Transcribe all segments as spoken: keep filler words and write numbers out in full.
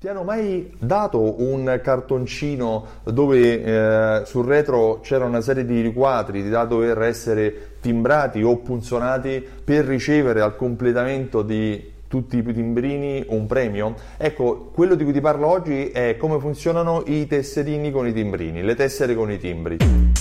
Ti hanno mai dato un cartoncino dove eh, sul retro c'era una serie di riquadri da dover essere timbrati o punzonati per ricevere al completamento di tutti i timbrini un premio? Ecco, quello di cui ti parlo oggi è come funzionano i tesserini con i timbrini, le tessere con i timbri.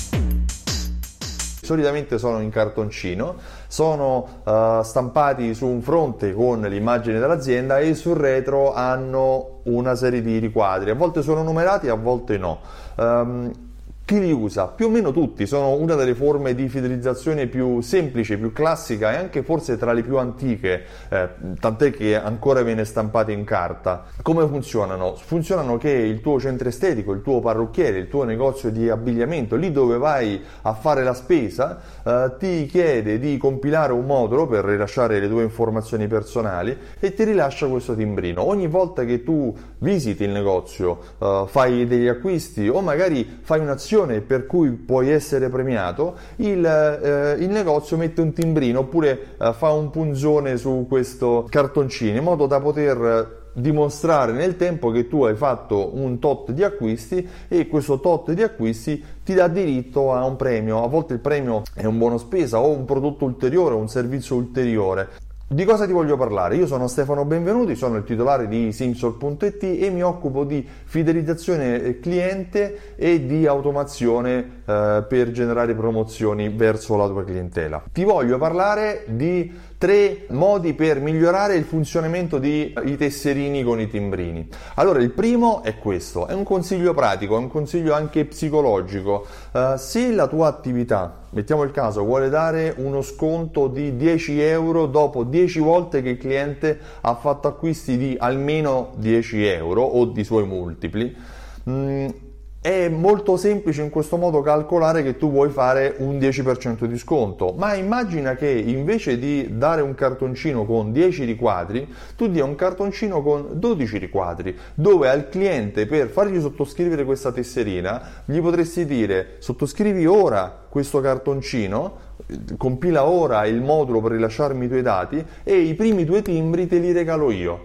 Solitamente sono in cartoncino, sono uh, stampati su un fronte con l'immagine dell'azienda e sul retro hanno una serie di riquadri, a volte sono numerati, a volte no. Um, Chi li usa? Più o meno tutti, sono una delle forme di fidelizzazione più semplice, più classica e anche forse tra le più antiche, eh, tant'è che ancora viene stampata in carta. Come funzionano? Funzionano che il tuo centro estetico, il tuo parrucchiere, il tuo negozio di abbigliamento, lì dove vai a fare la spesa, eh, ti chiede di compilare un modulo per rilasciare le tue informazioni personali e ti rilascia questo timbrino. Ogni volta che tu visiti il negozio, eh, fai degli acquisti o magari fai un'azione per cui puoi essere premiato, il, eh, il negozio mette un timbrino oppure eh, fa un punzone su questo cartoncino in modo da poter dimostrare nel tempo che tu hai fatto un tot di acquisti e questo tot di acquisti ti dà diritto a un premio. A volte il premio è un buono spesa o un prodotto ulteriore, un servizio ulteriore. Di cosa ti voglio parlare? Io sono Stefano Benvenuti, sono il titolare di Simsol punto it e mi occupo di fidelizzazione cliente e di automazione eh, per generare promozioni verso la tua clientela. Ti voglio parlare di tre modi per migliorare il funzionamento di i tesserini con i timbrini. Allora, il primo è questo, è un consiglio pratico, è un consiglio anche psicologico. Uh, se la tua attività, mettiamo il caso, vuole dare uno sconto di dieci euro dopo dieci volte che il cliente ha fatto acquisti di almeno dieci euro o di suoi multipli, mh, è molto semplice in questo modo calcolare che tu vuoi fare un dieci per cento di sconto, ma immagina che invece di dare un cartoncino con dieci riquadri, tu dia un cartoncino con dodici riquadri, dove al cliente, per fargli sottoscrivere questa tesserina, gli potresti dire: sottoscrivi ora questo cartoncino, compila ora il modulo per rilasciarmi i tuoi dati e i primi due timbri te li regalo io.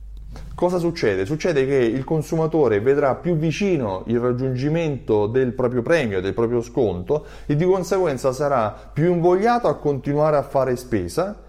Cosa succede? Succede che il consumatore vedrà più vicino il raggiungimento del proprio premio, del proprio sconto, e di conseguenza sarà più invogliato a continuare a fare spesa,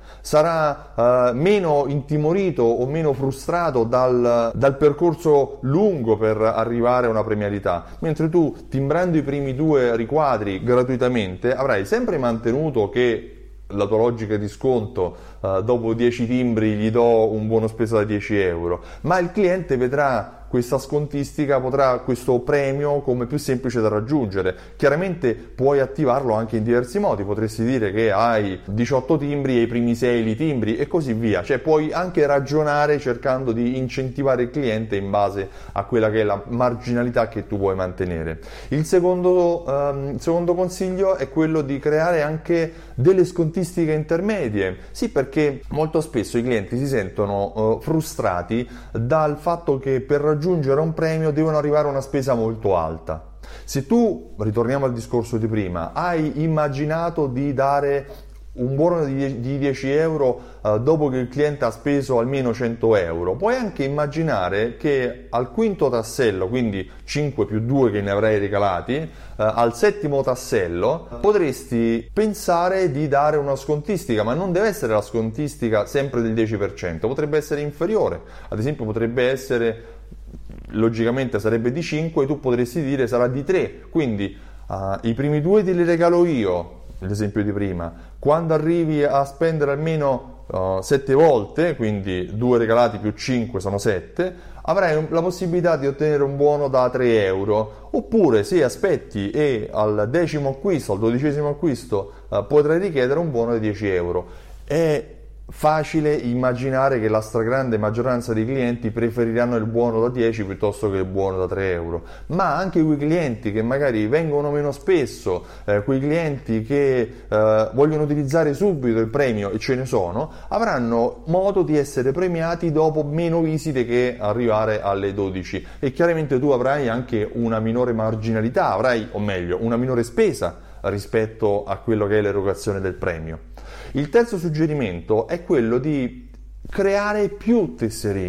sarà uh, meno intimorito o meno frustrato dal, dal percorso lungo per arrivare a una premialità, mentre tu, timbrando i primi due riquadri gratuitamente, avrai sempre mantenuto che la tua logica di sconto, uh, dopo dieci timbri gli do un buono spesa da dieci euro, ma il cliente vedrà questa scontistica, potrà questo premio come più semplice da raggiungere. Chiaramente puoi attivarlo anche in diversi modi, potresti dire che hai diciotto timbri e i primi sei li timbri e così via, cioè puoi anche ragionare cercando di incentivare il cliente in base a quella che è la marginalità che tu vuoi mantenere. Il secondo, um, il secondo consiglio è quello di creare anche delle scontistiche intermedie, sì, perché molto spesso i clienti si sentono uh, frustrati dal fatto che per raggiungere raggiungere un premio devono arrivare a una spesa molto alta. Se tu, ritorniamo al discorso di prima, hai immaginato di dare un buono di dieci euro uh, dopo che il cliente ha speso almeno cento euro, puoi anche immaginare che al quinto tassello, quindi cinque più due che ne avrai regalati, uh, al settimo tassello potresti pensare di dare una scontistica, ma non deve essere la scontistica sempre del dieci per cento, potrebbe essere inferiore, ad esempio potrebbe essere, logicamente sarebbe di cinque, tu potresti dire sarà di tre, quindi uh, i primi due te li regalo io, l'esempio di prima, quando arrivi a spendere almeno uh, sette volte, quindi due regalati più cinque sono sette, avrai la possibilità di ottenere un buono da tre euro, oppure se aspetti e al decimo acquisto, al dodicesimo acquisto uh, potrai richiedere un buono di dieci euro. È facile immaginare che la stragrande maggioranza dei clienti preferiranno il buono da dieci piuttosto che il buono da tre euro, ma anche quei clienti che magari vengono meno spesso, eh, quei clienti che eh, vogliono utilizzare subito il premio, e ce ne sono, avranno modo di essere premiati dopo meno visite che arrivare alle dodici, e chiaramente tu avrai anche una minore marginalità, avrai, o meglio, una minore spesa rispetto a quello che è l'erogazione del premio. Il terzo suggerimento è quello di creare più tesserini.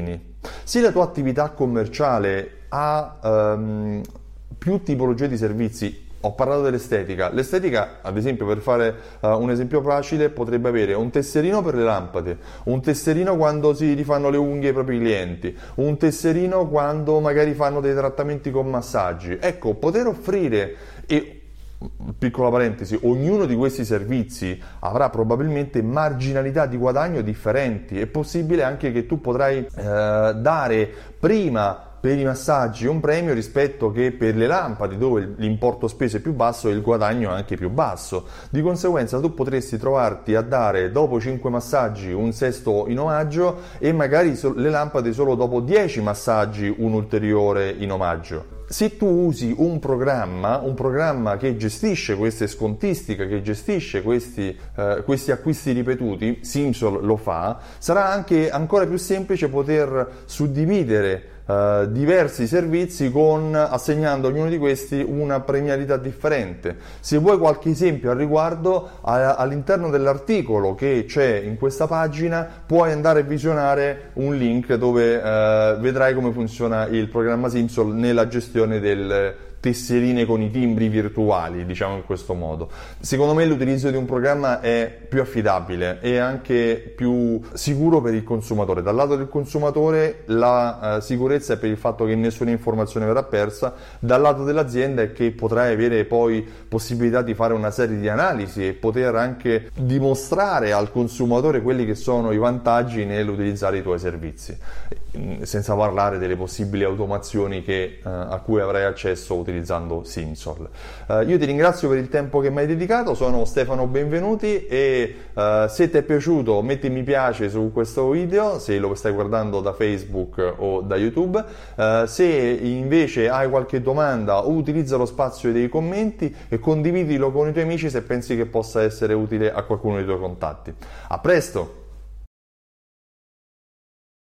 Se la tua attività commerciale ha um, più tipologie di servizi, ho parlato dell'estetica. L'estetica, ad esempio, per fare uh, un esempio facile, potrebbe avere un tesserino per le lampade, un tesserino quando si rifanno le unghie ai propri clienti, un tesserino quando magari fanno dei trattamenti con massaggi. Ecco, poter offrire, e piccola parentesi, ognuno di questi servizi avrà probabilmente marginalità di guadagno differenti. È possibile anche che tu potrai eh, dare prima per i massaggi un premio rispetto che per le lampade, dove l'importo speso è più basso e il guadagno è anche più basso. Di conseguenza tu potresti trovarti a dare dopo cinque massaggi un sesto in omaggio e magari le lampade solo dopo dieci massaggi un ulteriore in omaggio. Se tu usi un programma, un programma che gestisce queste scontistiche, che gestisce questi, eh, questi acquisti ripetuti, Simsol lo fa, sarà anche ancora più semplice poter suddividere Uh, diversi servizi con assegnando a ognuno di questi una premialità differente. Se vuoi qualche esempio al riguardo, a, all'interno dell'articolo che c'è in questa pagina puoi andare a visionare un link dove uh, vedrai come funziona il programma Simsol nella gestione del tesserine con i timbri virtuali, diciamo in questo modo. Secondo me l'utilizzo di un programma è più affidabile e anche più sicuro per il consumatore. Dal lato del consumatore la uh, sicurezza è per il fatto che nessuna informazione verrà persa, dal lato dell'azienda è che potrai avere poi possibilità di fare una serie di analisi e poter anche dimostrare al consumatore quelli che sono i vantaggi nell'utilizzare i tuoi servizi, senza parlare delle possibili automazioni che, uh, a cui avrai accesso utilizzando utilizzando Simsol. Uh, io ti ringrazio per il tempo che mi hai dedicato, sono Stefano Benvenuti e uh, se ti è piaciuto metti mi piace su questo video, se lo stai guardando da Facebook o da YouTube. Uh, se invece hai qualche domanda, utilizza lo spazio dei commenti e condividilo con i tuoi amici se pensi che possa essere utile a qualcuno dei tuoi contatti. A presto!